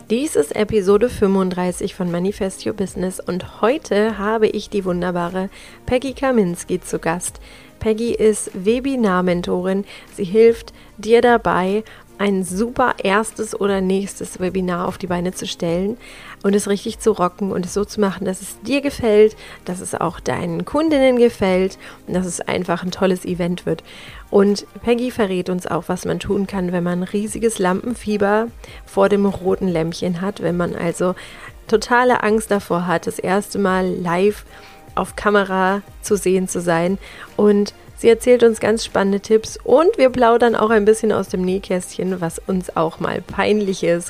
Dies ist Episode 35 von Manifest Your Business und heute habe ich die wunderbare Peggy Kaminski zu Gast. Peggy ist Webinar-Mentorin. Sie hilft dir dabei, ein super erstes oder nächstes Webinar auf die Beine zu stellen und es richtig zu rocken und es so zu machen, dass es dir gefällt, dass es auch deinen Kundinnen gefällt und dass es einfach ein tolles Event wird. Und Peggy verrät uns auch, was man tun kann, wenn man riesiges Lampenfieber vor dem roten Lämpchen hat, wenn man also totale Angst davor hat, das erste Mal live auf Kamera zu sehen zu sein. Und sie erzählt uns ganz spannende Tipps und wir plaudern auch ein bisschen aus dem Nähkästchen, was uns auch mal Peinliches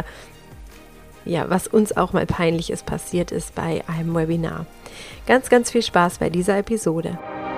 passiert ist bei einem Webinar. Ganz, ganz viel Spaß bei dieser Episode.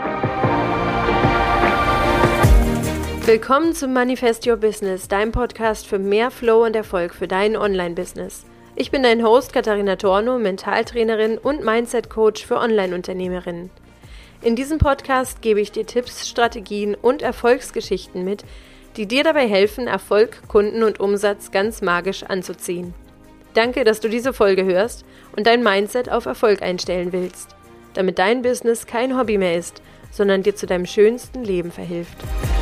Willkommen zum Manifest Your Business, deinem Podcast für mehr Flow und Erfolg für dein Online-Business. Ich bin dein Host Katharina Tornow, Mentaltrainerin und Mindset-Coach für Online-Unternehmerinnen. In diesem Podcast gebe ich dir Tipps, Strategien und Erfolgsgeschichten mit, die dir dabei helfen, Erfolg, Kunden und Umsatz ganz magisch anzuziehen. Danke, dass du diese Folge hörst und dein Mindset auf Erfolg einstellen willst, damit dein Business kein Hobby mehr ist, sondern dir zu deinem schönsten Leben verhilft.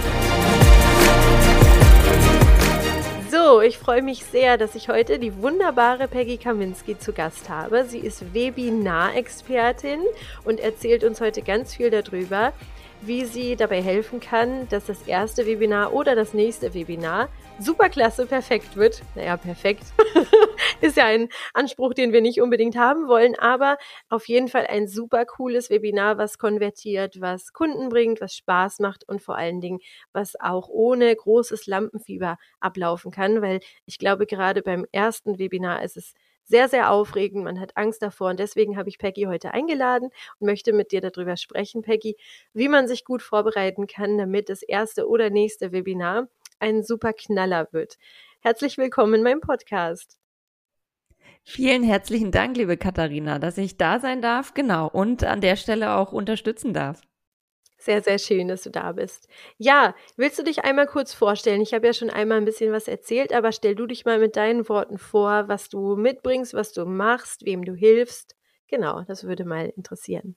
So, ich freue mich sehr, dass ich heute die wunderbare Peggy Kaminski zu Gast habe. Sie ist Webinar-Expertin und erzählt uns heute ganz viel darüber, wie sie dabei helfen kann, dass das erste Webinar oder das nächste Webinar superklasse perfekt wird. Naja, perfekt ist ja ein Anspruch, den wir nicht unbedingt haben wollen, aber auf jeden Fall ein super cooles Webinar, was konvertiert, was Kunden bringt, was Spaß macht und vor allen Dingen, was auch ohne großes Lampenfieber ablaufen kann, weil ich glaube, gerade beim ersten Webinar ist es sehr, sehr aufregend, man hat Angst davor und deswegen habe ich Peggy heute eingeladen und möchte mit dir darüber sprechen, Peggy, wie man sich gut vorbereiten kann, damit das erste oder nächste Webinar ein super Knaller wird. Herzlich willkommen in meinem Podcast. Vielen herzlichen Dank, liebe Katharina, dass ich da sein darf, genau, und an der Stelle auch unterstützen darf. Sehr, sehr schön, dass du da bist. Ja, willst du dich einmal kurz vorstellen? Ich habe ja schon einmal ein bisschen was erzählt, aber stell du dich mal mit deinen Worten vor, was du mitbringst, was du machst, wem du hilfst. Genau, das würde mal interessieren.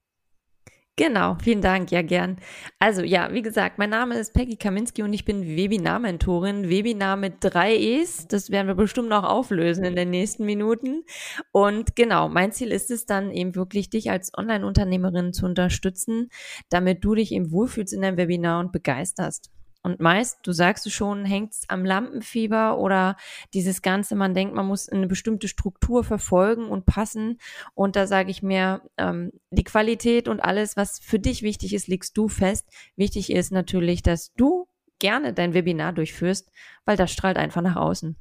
Genau, vielen Dank, ja gern. Also ja, wie gesagt, mein Name ist Peggy Kaminski und ich bin Webinar-Mentorin. Webinar mit 3 E's, das werden wir bestimmt noch auflösen in den nächsten Minuten. Und genau, mein Ziel ist es dann eben wirklich, dich als Online-Unternehmerin zu unterstützen, damit du dich eben wohlfühlst in deinem Webinar und begeisterst. Und meist, du sagst es schon, hängt es am Lampenfieber oder dieses Ganze, man denkt, man muss eine bestimmte Struktur verfolgen und passen. Und da sage ich mir, die Qualität und alles, was für dich wichtig ist, legst du fest. Wichtig ist natürlich, dass du gerne dein Webinar durchführst, weil das strahlt einfach nach außen.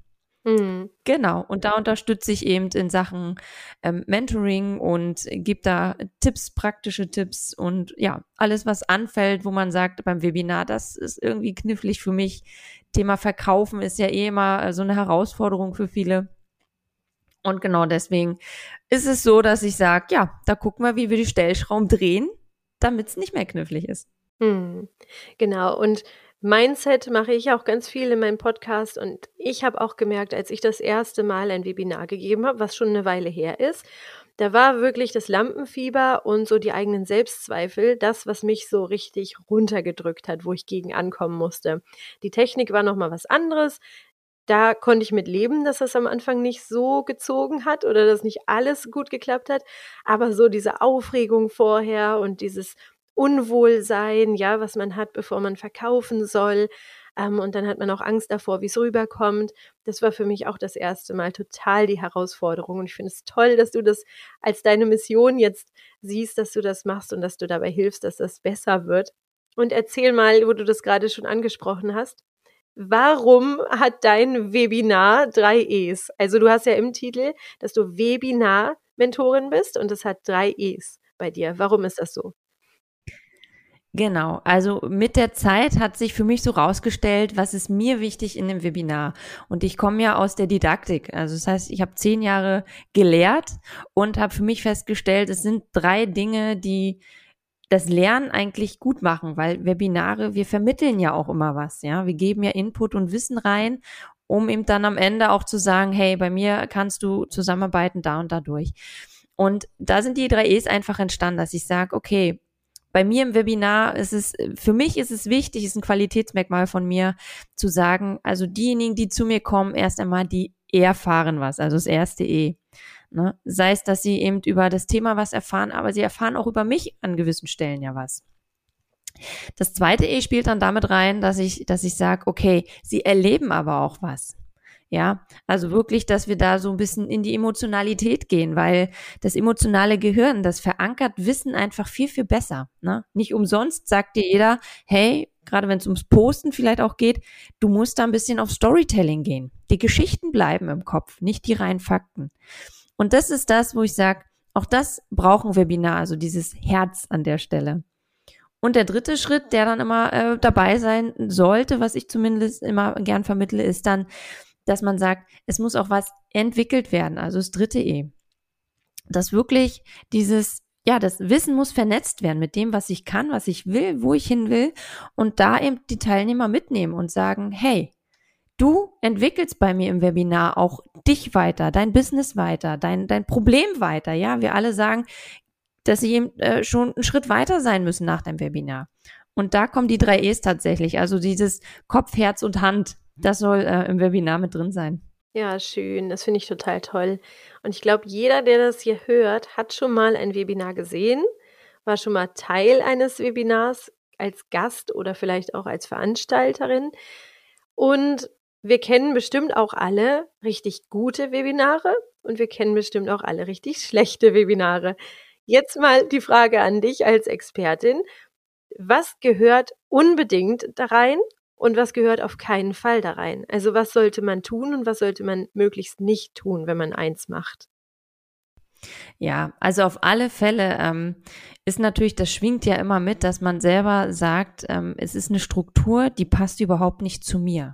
Genau, und da unterstütze ich eben in Sachen Mentoring und gebe da Tipps, praktische Tipps und ja, alles, was anfällt, wo man sagt beim Webinar, das ist irgendwie knifflig für mich. Thema Verkaufen ist ja immer so eine Herausforderung für viele. Und genau deswegen ist es so, dass ich sage, ja, da gucken wir, wie wir die Stellschrauben drehen, damit es nicht mehr knifflig ist. Genau, und Mindset mache ich auch ganz viel in meinem Podcast und ich habe auch gemerkt, als ich das erste Mal ein Webinar gegeben habe, was schon eine Weile her ist, da war wirklich das Lampenfieber und so die eigenen Selbstzweifel das, was mich so richtig runtergedrückt hat, wo ich gegen ankommen musste. Die Technik war noch mal was anderes. Da konnte ich mit leben, dass das am Anfang nicht so gezogen hat oder dass nicht alles gut geklappt hat, aber so diese Aufregung vorher und dieses Unwohlsein, ja, was man hat, bevor man verkaufen soll, und dann hat man auch Angst davor, wie's rüberkommt. Das war für mich auch das erste Mal total die Herausforderung und ich finde es toll, dass du das als deine Mission jetzt siehst, dass du das machst und dass du dabei hilfst, dass das besser wird. Und erzähl mal, wo du das gerade schon angesprochen hast. Warum hat dein Webinar 3 E's? Also du hast ja im Titel, dass du Webinar-Mentorin bist und es hat 3 E's bei dir. Warum ist das so? Genau, also mit der Zeit hat sich für mich so rausgestellt, was ist mir wichtig in dem Webinar. Und ich komme ja aus der Didaktik. Also das heißt, ich habe 10 Jahre gelehrt und habe für mich festgestellt, es sind 3 Dinge, die das Lernen eigentlich gut machen, weil Webinare, wir vermitteln ja auch immer was, ja. Wir geben ja Input und Wissen rein um eben dann am Ende auch zu sagen, hey, bei mir kannst du zusammenarbeiten da und dadurch. Und da sind die 3 E's einfach entstanden, dass ich sage, okay, bei mir im Webinar für mich ist es wichtig, ist ein Qualitätsmerkmal von mir, zu sagen, also diejenigen, die zu mir kommen, erst einmal, die erfahren was, also das erste E. Ne? Sei es, dass sie eben über das Thema was erfahren, aber sie erfahren auch über mich an gewissen Stellen ja was. Das zweite E spielt dann damit rein, dass ich sage, okay, sie erleben aber auch was. Ja, also wirklich, dass wir da so ein bisschen in die Emotionalität gehen, weil das emotionale Gehirn, das verankert Wissen einfach viel, viel besser. Ne? Nicht umsonst sagt dir jeder, hey, gerade wenn es ums Posten vielleicht auch geht, du musst da ein bisschen auf Storytelling gehen. Die Geschichten bleiben im Kopf, nicht die reinen Fakten. Und das ist das, wo ich sage, auch das braucht ein Webinar, also dieses Herz an der Stelle. Und der dritte Schritt, der dann immer dabei sein sollte, was ich zumindest immer gern vermittle, ist dann, dass man sagt, es muss auch was entwickelt werden, also das dritte E. Dass wirklich das Wissen muss vernetzt werden mit dem, was ich kann, was ich will, wo ich hin will und da eben die Teilnehmer mitnehmen und sagen, hey, du entwickelst bei mir im Webinar auch dich weiter, dein Business weiter, dein Problem weiter, ja. Wir alle sagen, dass sie eben schon einen Schritt weiter sein müssen nach dem Webinar. Und da kommen die 3 E's tatsächlich, also dieses Kopf, Herz und Hand. Das soll im Webinar mit drin sein. Ja, schön. Das finde ich total toll. Und ich glaube, jeder, der das hier hört, hat schon mal ein Webinar gesehen, war schon mal Teil eines Webinars als Gast oder vielleicht auch als Veranstalterin. Und wir kennen bestimmt auch alle richtig gute Webinare und wir kennen bestimmt auch alle richtig schlechte Webinare. Jetzt mal die Frage an dich als Expertin. Was gehört unbedingt da rein? Und was gehört auf keinen Fall da rein? Also was sollte man tun und was sollte man möglichst nicht tun, wenn man eins macht? Ja, also auf alle Fälle ist natürlich, das schwingt ja immer mit, dass man selber sagt, es ist eine Struktur, die passt überhaupt nicht zu mir.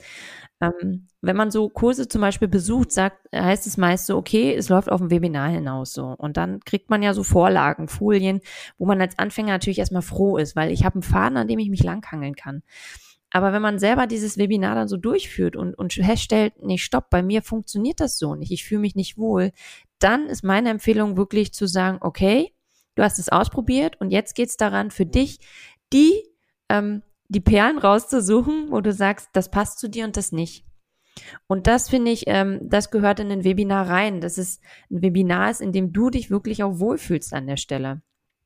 Wenn man so Kurse zum Beispiel besucht, heißt es meist so, okay, es läuft auf ein Webinar hinaus so. Und dann kriegt man ja so Vorlagen, Folien, wo man als Anfänger natürlich erstmal froh ist, weil ich habe einen Faden, an dem ich mich langhangeln kann. Aber wenn man selber dieses Webinar dann so durchführt und feststellt, nee, stopp, bei mir funktioniert das so nicht, ich fühle mich nicht wohl, dann ist meine Empfehlung wirklich zu sagen, okay, du hast es ausprobiert und jetzt geht's daran, für dich die Perlen rauszusuchen, wo du sagst, das passt zu dir und das nicht. Und das finde ich, das gehört in ein Webinar rein, dass es ein Webinar ist, in dem du dich wirklich auch wohlfühlst an der Stelle.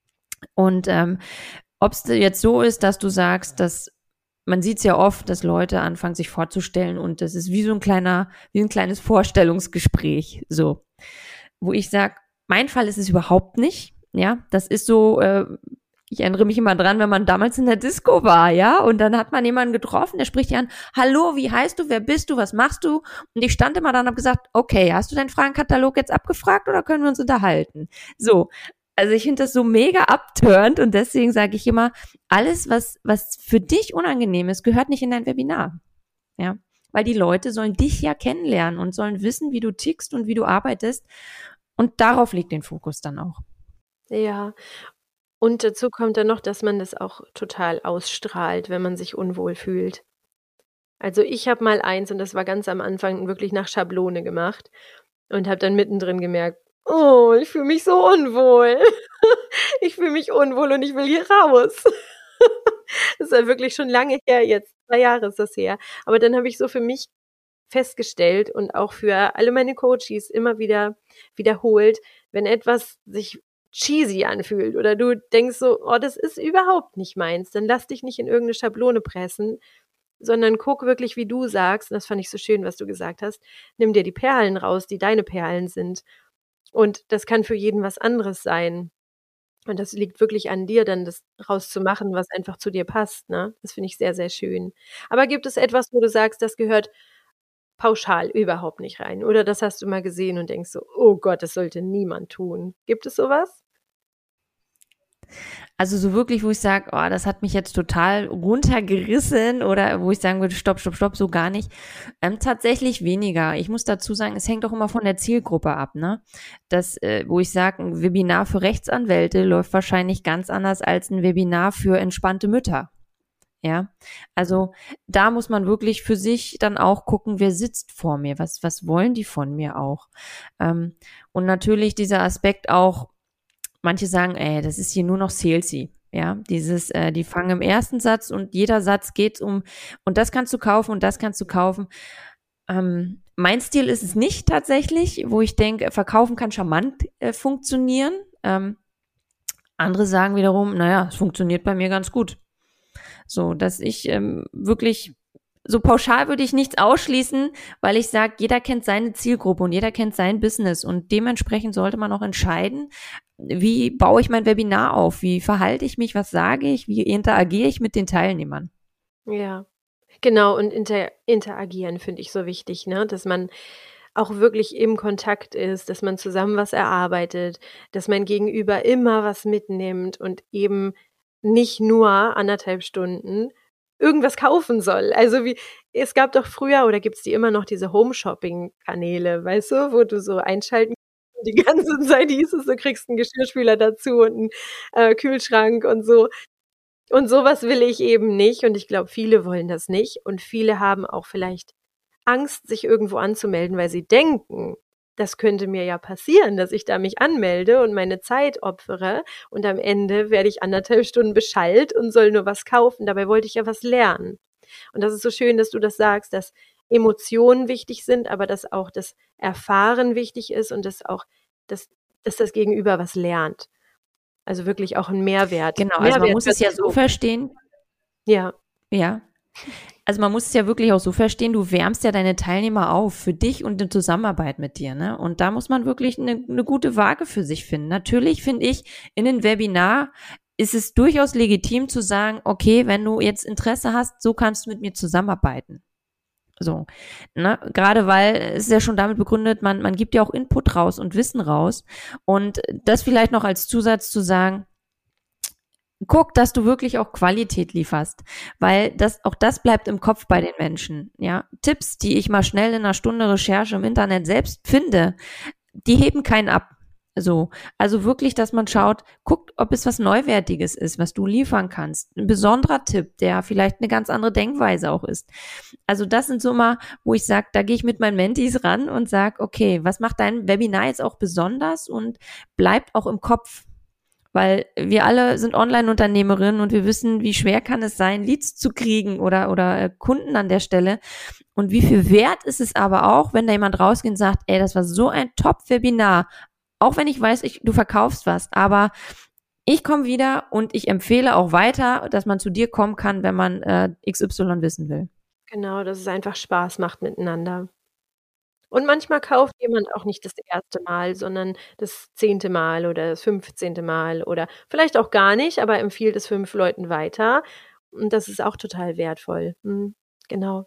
Und ob es jetzt so ist, dass du sagst, dass man sieht es ja oft, dass Leute anfangen, sich vorzustellen und das ist wie ein kleines Vorstellungsgespräch, so. Wo ich sage, mein Fall ist es überhaupt nicht, ja. Das ist so, ich erinnere mich immer dran, wenn man damals in der Disco war, ja, und dann hat man jemanden getroffen, der spricht dir an, hallo, wie heißt du, wer bist du, was machst du? Und ich stand immer da und habe gesagt, okay, hast du deinen Fragenkatalog jetzt abgefragt oder können wir uns unterhalten? So. Also ich finde das so mega abturnt und deswegen sage ich immer, alles, was für dich unangenehm ist, gehört nicht in dein Webinar. Ja, weil die Leute sollen dich ja kennenlernen und sollen wissen, wie du tickst und wie du arbeitest. Und darauf liegt den Fokus dann auch. Ja, und dazu kommt dann noch, dass man das auch total ausstrahlt, wenn man sich unwohl fühlt. Also ich habe mal eins, und das war ganz am Anfang wirklich nach Schablone gemacht und habe dann mittendrin gemerkt, oh, ich fühle mich so unwohl. Ich fühle mich unwohl und ich will hier raus. Das ist ja wirklich schon lange her jetzt. 2 Jahre ist das her. Aber dann habe ich so für mich festgestellt und auch für alle meine Coaches immer wieder wiederholt, wenn etwas sich cheesy anfühlt oder du denkst so, oh, das ist überhaupt nicht meins, dann lass dich nicht in irgendeine Schablone pressen, sondern guck wirklich, wie du sagst, und das fand ich so schön, was du gesagt hast, nimm dir die Perlen raus, die deine Perlen sind. Und das kann für jeden was anderes sein. Und das liegt wirklich an dir, dann das rauszumachen, was einfach zu dir passt, ne? Das finde ich sehr, sehr schön. Aber gibt es etwas, wo du sagst, das gehört pauschal überhaupt nicht rein? Oder das hast du mal gesehen und denkst so, oh Gott, das sollte niemand tun. Gibt es sowas? Also so wirklich, wo ich sage, oh, das hat mich jetzt total runtergerissen oder wo ich sagen würde, stopp, so gar nicht. Tatsächlich weniger. Ich muss dazu sagen, es hängt auch immer von der Zielgruppe ab, ne? Das, wo ich sage, ein Webinar für Rechtsanwälte läuft wahrscheinlich ganz anders als ein Webinar für entspannte Mütter. Ja, also da muss man wirklich für sich dann auch gucken, wer sitzt vor mir, was wollen die von mir auch. Und natürlich dieser Aspekt auch, manche sagen, das ist hier nur noch salesy. Ja, die fangen im ersten Satz und jeder Satz geht um, und das kannst du kaufen und das kannst du kaufen. Mein Stil ist es nicht tatsächlich, wo ich denke, verkaufen kann charmant funktionieren. Andere sagen wiederum, naja, es funktioniert bei mir ganz gut. So, dass ich wirklich, so pauschal würde ich nichts ausschließen, weil ich sage, jeder kennt seine Zielgruppe und jeder kennt sein Business und dementsprechend sollte man auch entscheiden, wie baue ich mein Webinar auf, wie verhalte ich mich, was sage ich, wie interagiere ich mit den Teilnehmern. Ja, genau. Und interagieren finde ich so wichtig, ne? Dass man auch wirklich im Kontakt ist, dass man zusammen was erarbeitet, dass mein Gegenüber immer was mitnimmt und eben nicht nur 1,5 Stunden irgendwas kaufen soll. Also wie es gab doch früher oder gibt's die immer noch diese Home-Shopping-Kanäle, weißt du, wo du so einschalten kannst und die ganze Zeit hieß es, du kriegst 'n Geschirrspüler dazu und 'n, Kühlschrank und so. Und sowas will ich eben nicht und ich glaube, viele wollen das nicht und viele haben auch vielleicht Angst, sich irgendwo anzumelden, weil sie denken, das könnte mir ja passieren, dass ich da mich anmelde und meine Zeit opfere und am Ende werde ich 1,5 Stunden beschallt und soll nur was kaufen. Dabei wollte ich ja was lernen. Und das ist so schön, dass du das sagst, dass Emotionen wichtig sind, aber dass auch das Erfahren wichtig ist und dass dass das Gegenüber was lernt. Also wirklich auch 'n Mehrwert. Genau, also man Mehrwert muss hört es ja sich so so verstehen, ja, ja. Also man muss es ja wirklich auch so verstehen, du wärmst ja deine Teilnehmer auf für dich und in Zusammenarbeit mit dir, ne? Und da muss man wirklich eine gute Waage für sich finden. Natürlich finde ich, in einem Webinar ist es durchaus legitim zu sagen, okay, wenn du jetzt Interesse hast, so kannst du mit mir zusammenarbeiten. So, ne? Gerade weil es ist ja schon damit begründet, man gibt ja auch Input raus und Wissen raus. Und das vielleicht noch als Zusatz zu sagen, guck, dass du wirklich auch Qualität lieferst, weil auch das bleibt im Kopf bei den Menschen. Ja, Tipps, die ich mal schnell in einer Stunde Recherche im Internet selbst finde, die heben keinen ab. So, also wirklich, dass man schaut, guckt, ob es was Neuwertiges ist, was du liefern kannst. Ein besonderer Tipp, der vielleicht eine ganz andere Denkweise auch ist. Also das sind so mal, wo ich sage, da gehe ich mit meinen Mentees ran und sage, okay, was macht dein Webinar jetzt auch besonders und bleibt auch im Kopf. Weil wir alle sind Online-Unternehmerinnen und wir wissen, wie schwer kann es sein, Leads zu kriegen oder Kunden an der Stelle. Und wie viel wert ist es aber auch, wenn da jemand rausgeht und sagt, ey, das war so ein Top-Webinar. Auch wenn ich weiß, du verkaufst was, aber ich komme wieder und ich empfehle auch weiter, dass man zu dir kommen kann, wenn man XY wissen will. genau, dass es einfach Spaß macht miteinander. Und manchmal kauft jemand auch nicht das erste Mal, sondern das 10. Mal oder das 15. Mal oder vielleicht auch gar nicht, aber empfiehlt es 5 Leuten weiter. Und das ist auch total wertvoll. Mhm, genau.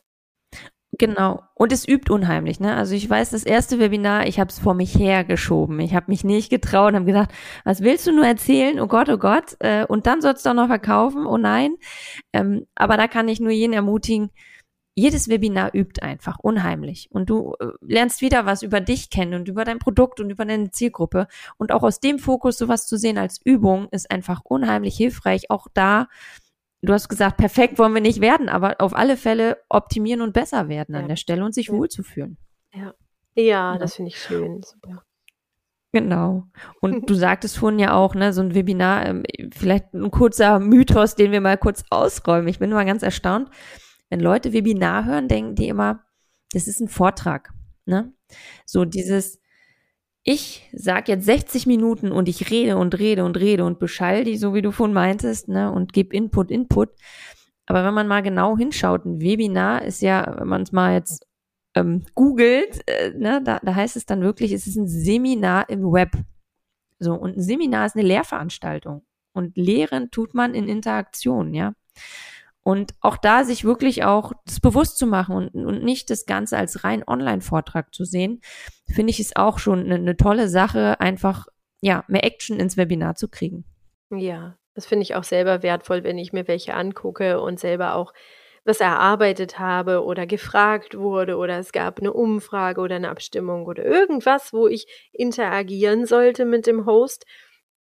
Genau. Und es übt unheimlich, ne? Also ich weiß, das erste Webinar, ich habe es vor mich hergeschoben. Ich habe mich nicht getraut und habe gedacht, was willst du nur erzählen? Oh Gott, oh Gott. Und dann sollst du auch noch verkaufen? Oh nein. Aber da kann ich nur jeden ermutigen, jedes Webinar übt einfach unheimlich. Und du lernst wieder was über dich kennen und über dein Produkt und über deine Zielgruppe. Und auch aus dem Fokus sowas zu sehen als Übung ist einfach unheimlich hilfreich. Auch da, du hast gesagt, perfekt wollen wir nicht werden, aber auf alle Fälle optimieren und besser werden an Ja, der Stelle und sich ja, wohlzufühlen. ja. Ja, Ja. das finde ich schön, super. Genau. Und du sagtest vorhin ja auch, ne, so ein Webinar, vielleicht ein kurzer Mythos, den wir mal kurz ausräumen. Ich bin immer ganz erstaunt, wenn Leute Webinar hören, denken die immer, das ist ein Vortrag, ne? So dieses, ich sag jetzt 60 Minuten und ich rede und rede und rede und beschall die, so wie du vorhin meintest, ne, und gebe Input. Aber wenn man mal genau hinschaut, ein Webinar ist ja, wenn man es mal jetzt googelt, ne, da heißt es dann wirklich, es ist ein Seminar im Web. So, und ein Seminar ist eine Lehrveranstaltung. Und Lehren tut man in Interaktion, ja. Und auch da sich wirklich auch das bewusst zu machen und nicht das Ganze als rein Online-Vortrag zu sehen, finde ich, ist auch schon eine tolle Sache, einfach, ja, mehr Action ins Webinar zu kriegen. Ja, das finde ich auch selber wertvoll, wenn ich mir welche angucke und selber auch was erarbeitet habe oder gefragt wurde oder es gab 'ne Umfrage oder 'ne Abstimmung oder irgendwas, wo ich interagieren sollte mit dem Host.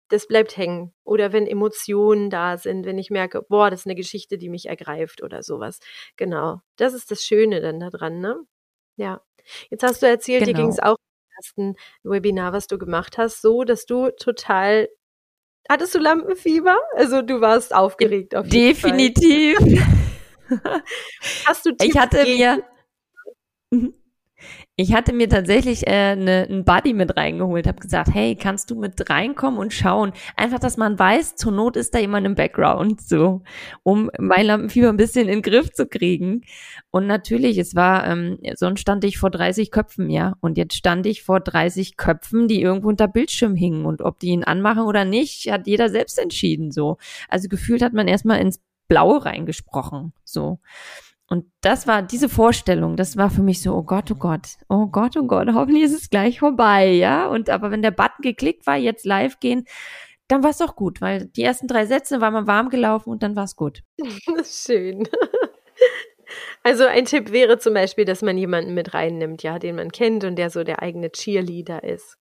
das bleibt hängen. Oder wenn Emotionen da sind, wenn ich merke: „Boah, das ist 'ne Geschichte, die mich ergreift“ oder so was. Genau. Das ist das Schöne dann da dran, ne? Ja. Jetzt hast du erzählt, dir ging's Genau. auch im ersten Webinar, was du gemacht hast, so, dass du total hattest du Lampenfieber? Also, du warst aufgeregt auf jeden Fall. Definitiv. Hast du Ich Tipps hatte gegen mir mhm. Ich hatte mir tatsächlich 'n Buddy mit reingeholt, habe gesagt: „Hey, kannst du mit reinkommen und schauen?“ Einfach, dass man weiß, zur Not ist da jemand im Background so, um mein Lampenfieber 'n bisschen in 'n Griff zu kriegen. Und natürlich, es war sonst stand ich vor 30 Köpfen, ja, und jetzt stand ich vor 30 Köpfen, die irgendwo unter Bildschirm hingen, und ob die ihn anmachen oder nicht, hat jeder selbst entschieden so. Also, gefühlt hat man erst mal ins Blaue reingesprochen, so. Und das war diese Vorstellung, das war für mich so: „Oh Gott, oh Gott, oh Gott, oh Gott, hoffentlich ist es gleich vorbei“, ja? Und aber wenn der Button geklickt war, jetzt live gehen, dann war's auch gut, weil die ersten 3 Sätze war man warm gelaufen und dann war's gut. Schön. Also, ein Tipp wäre zum Beispiel, dass man jemanden mit reinnimmt, ja, den man kennt und der so der eigene Cheerleader ist.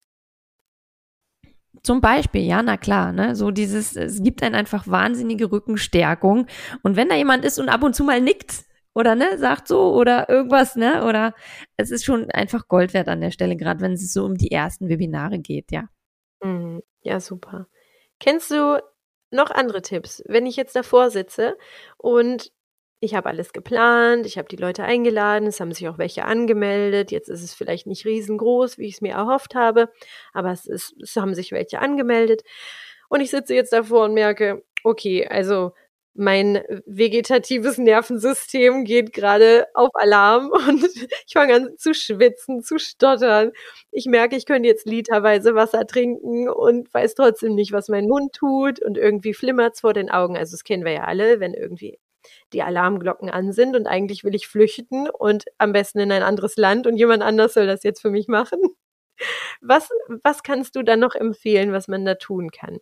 Zum Beispiel, ja, na klar, ne? So dieses, es gibt einen einfach wahnsinnige Rückenstärkung. Und wenn da jemand ist und ab und zu mal nickt oder, ne, sagt so oder irgendwas, ne, oder es ist schon einfach Gold wert an der Stelle, gerade wenn es so um die ersten Webinare geht, ja. Mhm. Ja, super. Kennst du noch andere Tipps? Wenn ich jetzt davor sitze und ich habe alles geplant, ich habe die Leute eingeladen, es haben sich auch welche angemeldet. Jetzt ist es vielleicht nicht riesengroß, wie ich es mir erhofft habe, aber es haben sich welche angemeldet. Und ich sitze jetzt davor und merke, okay, also mein vegetatives Nervensystem geht gerade auf Alarm und ich fange an zu schwitzen, zu stottern. Ich merke, ich könnte jetzt literweise Wasser trinken und weiß trotzdem nicht, was mein Mund tut und irgendwie flimmert's vor den Augen. Also, das kennen wir ja alle, wenn irgendwie die Alarmglocken an sind und eigentlich will ich flüchten und am besten in ein anderes Land und jemand anders soll das jetzt für mich machen. Was kannst du da noch empfehlen, was man da tun kann?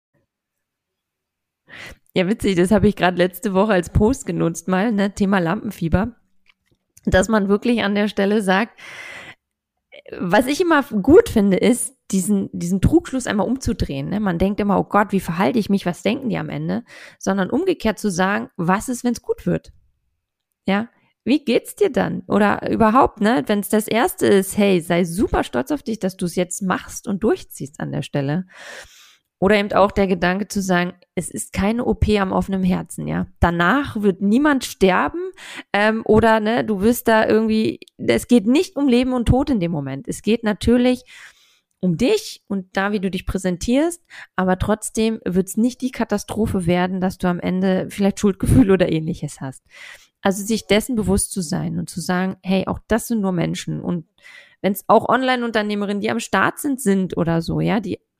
Ja, witzig, das habe ich gerade letzte Woche als Post genutzt mal, ne, Thema Lampenfieber, dass man wirklich an der Stelle sagt, was ich immer gut finde, ist, diesen Trugschluss einmal umzudrehen. Ne? Man denkt immer, oh Gott, wie verhalte ich mich, was denken die am Ende? Sondern umgekehrt zu sagen, was ist, wenn es gut wird? Ja, wie geht's dir dann? Oder überhaupt, ne, wenn es das Erste ist, hey, sei super stolz auf dich, dass du es jetzt machst und durchziehst an der Stelle. Oder eben auch der Gedanke zu sagen, es ist keine OP am offenen Herzen, ja. Danach wird niemand sterben oder ne, du wirst da irgendwie, es geht nicht um Leben und Tod in dem Moment. Es geht natürlich um dich und da, wie du dich präsentierst, aber trotzdem wird es nicht die Katastrophe werden, dass du am Ende vielleicht Schuldgefühle oder ähnliches hast. Also sich dessen bewusst zu sein und zu sagen, hey, auch das sind nur Menschen. Und wenn es auch Online-Unternehmerinnen, die am Start sind oder so, ja,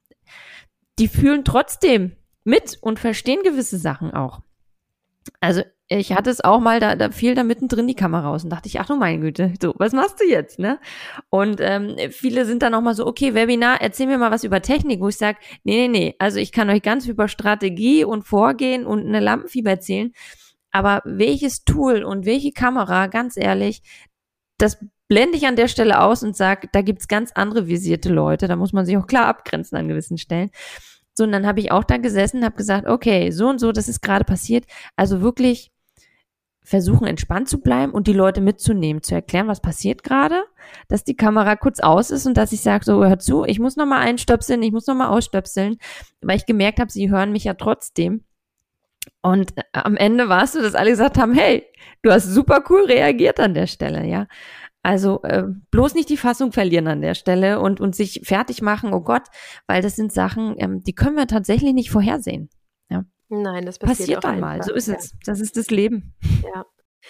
die fühlen trotzdem mit und verstehen gewisse Sachen auch. Also ich hatte es auch mal, da fiel da mittendrin die Kamera raus und dachte ich, ach du meine Güte, so, was machst du jetzt, ne? Und viele sind dann auch mal so, okay, Webinar, erzähl mir mal was über Technik, wo ich sage, nee, also ich kann euch ganz über Strategie und Vorgehen und eine Lampenfieber erzählen, aber welches Tool und welche Kamera, ganz ehrlich, das blende ich an der Stelle aus und sage, da gibt's ganz andere visierte Leute, da muss man sich auch klar abgrenzen an gewissen Stellen. So, und dann habe ich auch da gesessen, habe gesagt, okay, so und so, das ist gerade passiert. Also wirklich versuchen, entspannt zu bleiben und die Leute mitzunehmen, zu erklären, was passiert gerade, dass die Kamera kurz aus ist und dass ich sage, so, hört zu, ich muss nochmal einstöpseln, ich muss nochmal ausstöpseln, weil ich gemerkt habe, sie hören mich ja trotzdem. Und am Ende war es so, dass alle gesagt haben, hey, du hast super cool reagiert an der Stelle, ja. Also bloß nicht die Fassung verlieren an der Stelle und sich fertig machen, oh Gott, weil das sind Sachen, die können wir tatsächlich nicht vorhersehen. Ja. Nein, das passiert Passiert auch dann mal, einfach, so ist ja. es. Das ist das Leben. Ja.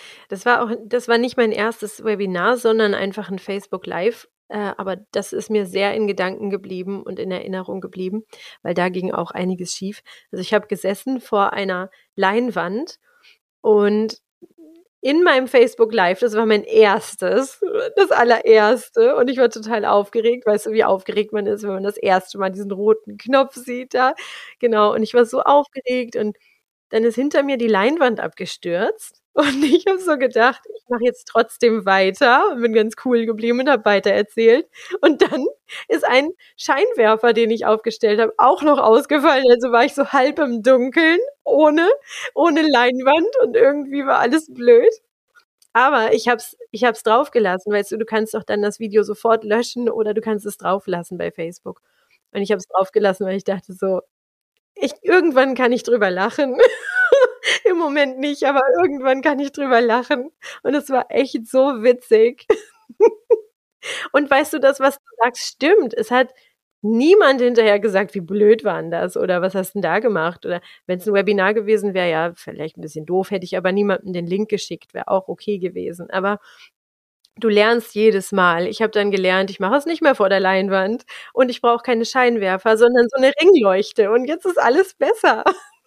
Das war nicht mein erstes Webinar, sondern einfach 'n Facebook Live, aber das ist mir sehr in Gedanken geblieben und in Erinnerung geblieben, weil da ging auch einiges schief. Also, ich habe gesessen vor einer Leinwand und in meinem Facebook Live, das war mein erstes, das allererste und ich war total aufgeregt. Weißt du, wie aufgeregt man ist, wenn man das erste Mal diesen roten Knopf sieht da? Genau, und ich war so aufgeregt und dann ist hinter mir die Leinwand abgestürzt und ich habe so gedacht, mache jetzt trotzdem weiter und bin ganz cool geblieben und habe weitererzählt. Und dann ist ein Scheinwerfer, den ich aufgestellt habe, auch noch ausgefallen. Also war ich so halb im Dunkeln, ohne Leinwand und irgendwie war alles blöd. Aber ich hab's draufgelassen, weißt du kannst doch dann das Video sofort löschen oder du kannst es drauflassen bei Facebook. Und ich habe es draufgelassen, weil ich dachte so, irgendwann kann ich drüber lachen. Im Moment nicht, aber irgendwann kann ich drüber lachen. Und es war echt so witzig. Und weißt du, das, was du sagst, stimmt. Es hat niemand hinterher gesagt, wie blöd war denn das oder was hast denn da gemacht? Oder wenn es ein Webinar gewesen wäre, ja, vielleicht ein bisschen doof, hätte ich aber niemandem den Link geschickt, wäre auch okay gewesen. Aber du lernst jedes Mal. Ich habe dann gelernt, ich mache es nicht mehr vor der Leinwand und ich brauche keine Scheinwerfer, sondern so eine Ringleuchte und jetzt ist alles besser.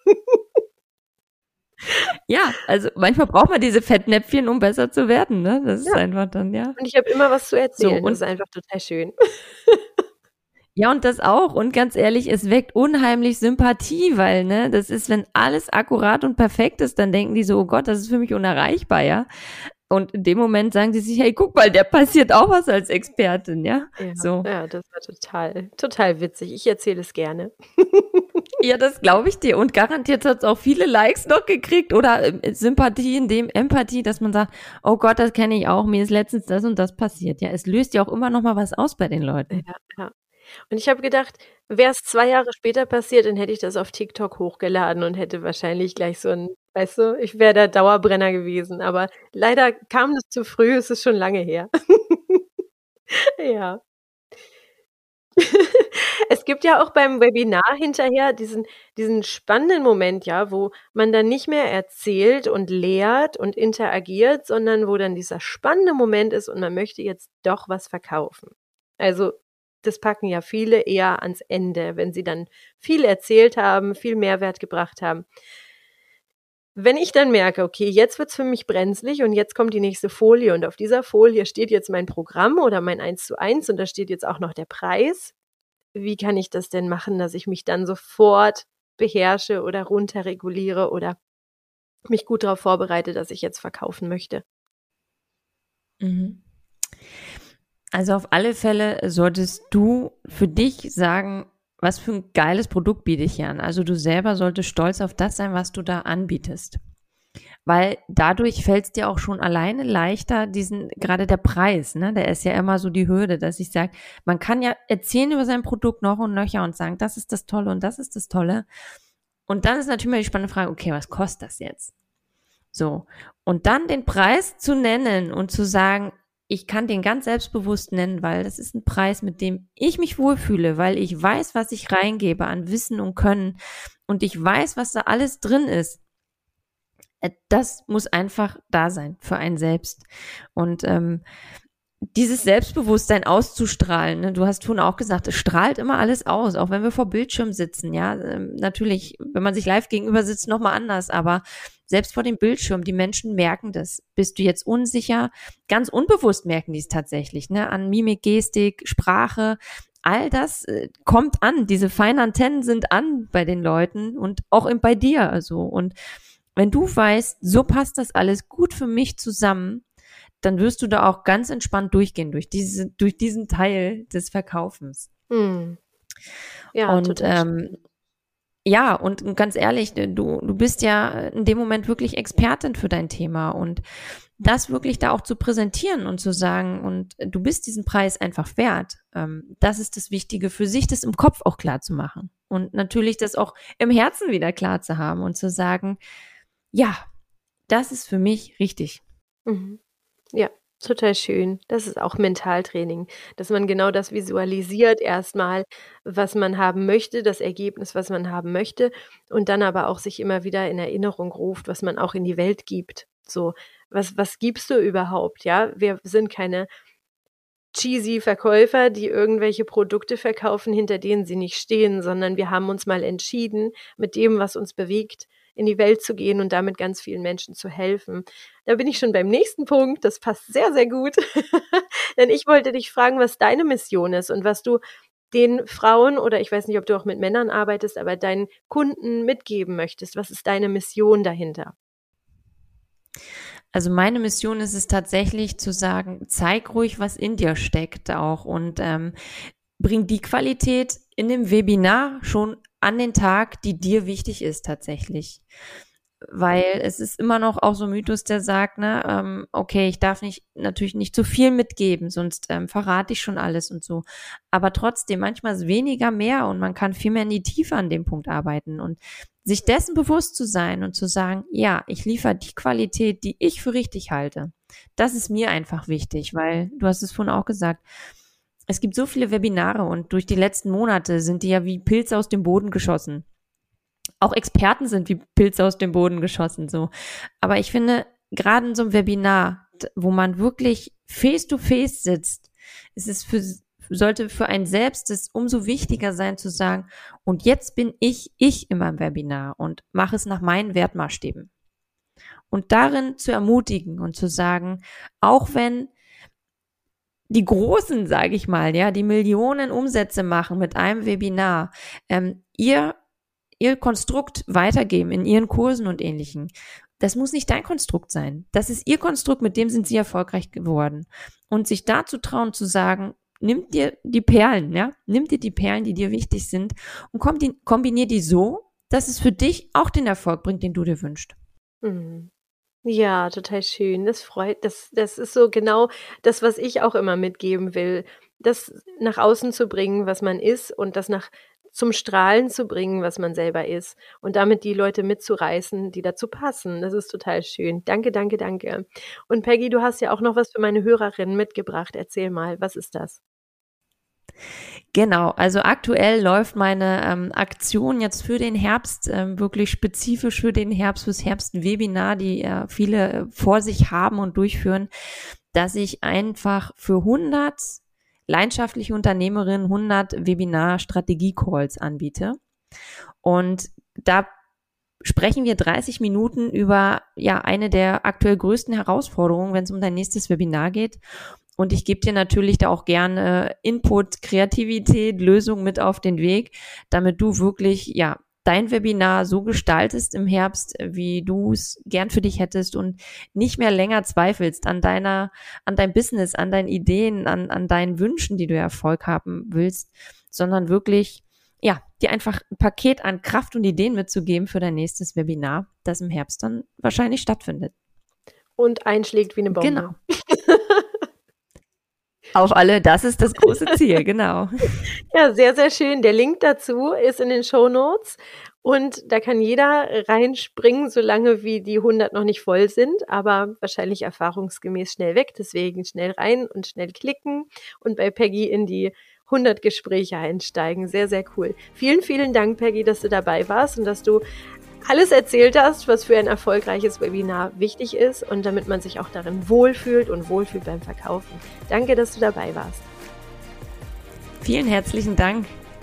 Ja, also manchmal braucht man diese Fettnäpfchen, um besser zu werden, ne? Das ist Ja. einfach dann, ja. Und ich habe immer was zu So, erzählen. Das und ist einfach total schön. ja, und das auch. Und ganz ehrlich, es weckt unheimlich Sympathie, weil, ne, das ist, wenn alles akkurat und perfekt ist, dann denken die so, oh Gott, das ist für mich unerreichbar, ja. Und in dem Moment sagen sie sich, hey, guck mal, der passiert auch was als Expertin, ja. Ja, So. ja, das war total witzig. Ich erzähle es gerne. Ja, das glaube ich dir. Und garantiert hat es auch viele Likes noch gekriegt oder Sympathie, in dem Empathie, dass man sagt, oh Gott, das kenne ich auch, mir ist letztens das und das passiert. Ja, es löst ja auch immer noch mal was aus bei den Leuten. Ja, ja. Und ich habe gedacht, wäre es 2 Jahre später passiert, dann hätte ich das auf TikTok hochgeladen und hätte wahrscheinlich gleich so ein, weißt du, ich wäre der Dauerbrenner gewesen. Aber leider kam das zu früh, es ist schon lange her. Ja. Es gibt ja auch beim Webinar hinterher diesen spannenden Moment, ja, wo man dann nicht mehr erzählt und lehrt und interagiert, sondern wo dann dieser spannende Moment ist und man möchte jetzt doch was verkaufen. Also, das packen ja viele eher ans Ende, wenn sie dann viel erzählt haben, viel Mehrwert gebracht haben. Wenn ich dann merke, okay, jetzt wird's für mich brenzlig und jetzt kommt die nächste Folie und auf dieser Folie steht jetzt mein Programm oder mein 1:1 und da steht jetzt auch noch der Preis. Wie kann ich das denn machen, dass ich mich dann sofort beherrsche oder runterreguliere oder mich gut darauf vorbereite, dass ich jetzt verkaufen möchte? Mhm. Also auf alle Fälle solltest du für dich sagen, was für ein geiles Produkt biete ich hier an. Also du selber solltest stolz auf das sein, was du da anbietest. Weil dadurch fällt es dir auch schon alleine leichter, gerade der Preis, ne, der ist ja immer so die Hürde, dass ich sage, man kann ja erzählen über sein Produkt noch und nöcher und sagen, das ist das Tolle und das ist das Tolle. Und dann ist natürlich mal die spannende Frage, okay, was kostet das jetzt? So. Und dann den Preis zu nennen und zu sagen, ich kann den ganz selbstbewusst nennen, weil das ist ein Preis, mit dem ich mich wohlfühle, weil ich weiß, was ich reingebe an Wissen und Können und ich weiß, was da alles drin ist. Das muss einfach da sein für einen selbst. Und dieses Selbstbewusstsein auszustrahlen, ne? Du hast vorhin auch gesagt, es strahlt immer alles aus, auch wenn wir vor Bildschirm sitzen, ja. Natürlich, wenn man sich live gegenüber sitzt, nochmal anders, aber selbst vor dem Bildschirm, die Menschen merken das. Bist du jetzt unsicher? Ganz unbewusst merken die es tatsächlich, ne? An Mimik, Gestik, Sprache, all das kommt an. Diese feinen Antennen sind an bei den Leuten und auch bei dir, also. Und wenn du weißt, so passt das alles gut für mich zusammen, dann wirst du da auch ganz entspannt durchgehen durch diesen Teil des Verkaufens. Hm. Ja, Und total. ja, und ganz ehrlich, du bist ja in dem Moment wirklich Expertin für dein Thema und das wirklich da auch zu präsentieren und zu sagen, und du bist diesen Preis einfach wert. Das ist das Wichtige für sich, das im Kopf auch klar zu machen und natürlich das auch im Herzen wieder klar zu haben und zu sagen, ja, das ist für mich richtig. Mhm. Ja, total schön. Das ist auch Mentaltraining, dass man genau das visualisiert erstmal, was man haben möchte, das Ergebnis, was man haben möchte und dann aber auch sich immer wieder in Erinnerung ruft, was man auch in die Welt gibt. So, was gibst du überhaupt, ja? Wir sind keine cheesy Verkäufer, die irgendwelche Produkte verkaufen, hinter denen sie nicht stehen, sondern wir haben uns mal entschieden, mit dem, was uns bewegt, in die Welt zu gehen und damit ganz vielen Menschen zu helfen. Da bin ich schon beim nächsten Punkt. Das passt sehr, sehr gut. Denn ich wollte dich fragen, was deine Mission ist und was du den Frauen oder ich weiß nicht, ob du auch mit Männern arbeitest, aber deinen Kunden mitgeben möchtest. Was ist deine Mission dahinter? Also meine Mission ist es tatsächlich zu sagen, zeig ruhig, was in dir steckt auch und bring die Qualität in dem Webinar schon an den Tag, die dir wichtig ist tatsächlich. Weil es ist immer noch auch so ein Mythos, der sagt, ne, okay, ich darf natürlich nicht zu viel mitgeben, sonst verrate ich schon alles und so. Aber trotzdem, manchmal ist weniger mehr und man kann viel mehr in die Tiefe an dem Punkt arbeiten und sich dessen bewusst zu sein und zu sagen, ja, ich liefere die Qualität, die ich für richtig halte. Das ist mir einfach wichtig, weil du hast es vorhin auch gesagt, es gibt so viele Webinare und durch die letzten Monate sind die ja wie Pilze aus dem Boden geschossen. Auch Experten sind wie Pilze aus dem Boden geschossen, so. Aber ich finde, gerade in so einem Webinar, wo man wirklich face to face sitzt, sollte für einen selbst es umso wichtiger sein zu sagen, und jetzt bin ich in meinem Webinar und mache es nach meinen Wertmaßstäben. Und darin zu ermutigen und zu sagen, auch wenn die Großen, sage ich mal, ja, die Millionen Umsätze machen mit einem Webinar, ihr Konstrukt weitergeben in ihren Kursen und Ähnlichem. Das muss nicht dein Konstrukt sein. Das ist ihr Konstrukt, mit dem sind sie erfolgreich geworden. Und sich dazu trauen zu sagen, nimm dir die Perlen, ja, nimm dir die Perlen, die dir wichtig sind und kombinier die so, dass es für dich auch den Erfolg bringt, den du dir wünschst. Mhm. Ja, total schön. Das ist so genau das, was ich auch immer mitgeben will, das nach außen zu bringen, was man ist und das zum Strahlen zu bringen, was man selber ist und damit die Leute mitzureißen, die dazu passen. Das ist total schön. Danke, danke, danke. Und Peggy, du hast ja auch noch was für meine Hörerinnen mitgebracht. Erzähl mal, was ist das? Genau, also aktuell läuft meine Aktion jetzt für den Herbst, wirklich spezifisch für den Herbst, fürs Herbstwebinar, die viele vor sich haben und durchführen, dass ich einfach für 100 leidenschaftliche Unternehmerinnen 100 Webinar-Strategie-Calls anbiete. Und da sprechen wir 30 Minuten über eine der aktuell größten Herausforderungen, wenn es um dein nächstes Webinar geht. Und ich gebe dir natürlich da auch gerne Input, Kreativität, Lösungen mit auf den Weg, damit du wirklich dein Webinar so gestaltest im Herbst, wie du es gern für dich hättest und nicht mehr länger zweifelst an deinem Business, an deinen Ideen, an deinen Wünschen, die du Erfolg haben willst, sondern wirklich dir einfach ein Paket an Kraft und Ideen mitzugeben für dein nächstes Webinar, das im Herbst dann wahrscheinlich stattfindet. Und einschlägt wie eine Bombe. Genau. Auf alle, das ist das große Ziel, genau. Ja, sehr, sehr schön. Der Link dazu ist in den Shownotes und da kann jeder reinspringen, solange wie die 100 noch nicht voll sind, aber wahrscheinlich erfahrungsgemäß schnell weg. Deswegen schnell rein und schnell klicken und bei Peggy in die 100 Gespräche einsteigen. Sehr, sehr cool. Vielen, vielen Dank, Peggy, dass du dabei warst und dass du alles erzählt hast, was für ein erfolgreiches Webinar wichtig ist und damit man sich auch darin wohlfühlt und wohlfühlt beim Verkaufen. Danke, dass du dabei warst. Vielen herzlichen Dank.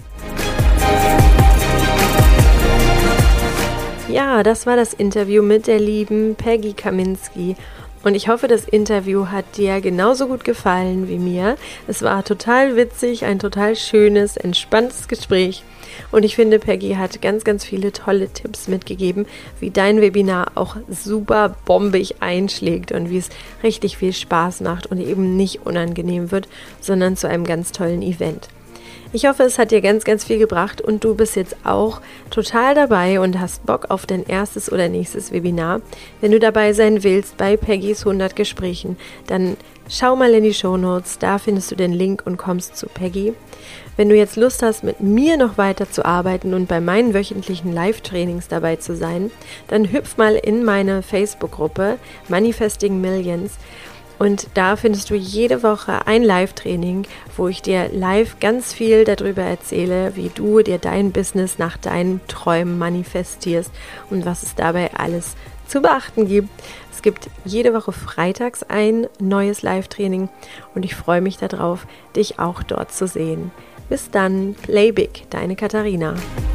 Ja, das war das Interview mit der lieben Peggy Kaminski. Und ich hoffe, das Interview hat dir genauso gut gefallen wie mir. Es war total witzig, ein total schönes, entspanntes Gespräch. Und ich finde, Peggy hat ganz, ganz viele tolle Tipps mitgegeben, wie dein Webinar auch super bombig einschlägt und wie es richtig viel Spaß macht und eben nicht unangenehm wird, sondern zu einem ganz tollen Event. Ich hoffe, es hat dir ganz, ganz viel gebracht und du bist jetzt auch total dabei und hast Bock auf dein erstes oder nächstes Webinar. Wenn du dabei sein willst bei Peggys 100 Gesprächen, dann schau mal in die Shownotes, da findest du den Link und kommst zu Peggy. Wenn du jetzt Lust hast, mit mir noch weiter zu arbeiten und bei meinen wöchentlichen Live-Trainings dabei zu sein, dann hüpf mal in meine Facebook-Gruppe Manifesting Millions. Und da findest du jede Woche ein Live-Training, wo ich dir live ganz viel darüber erzähle, wie du dir dein Business nach deinen Träumen manifestierst und was es dabei alles zu beachten gibt. Es gibt jede Woche freitags ein neues Live-Training und ich freue mich darauf, dich auch dort zu sehen. Bis dann, Play Big, deine Katharina.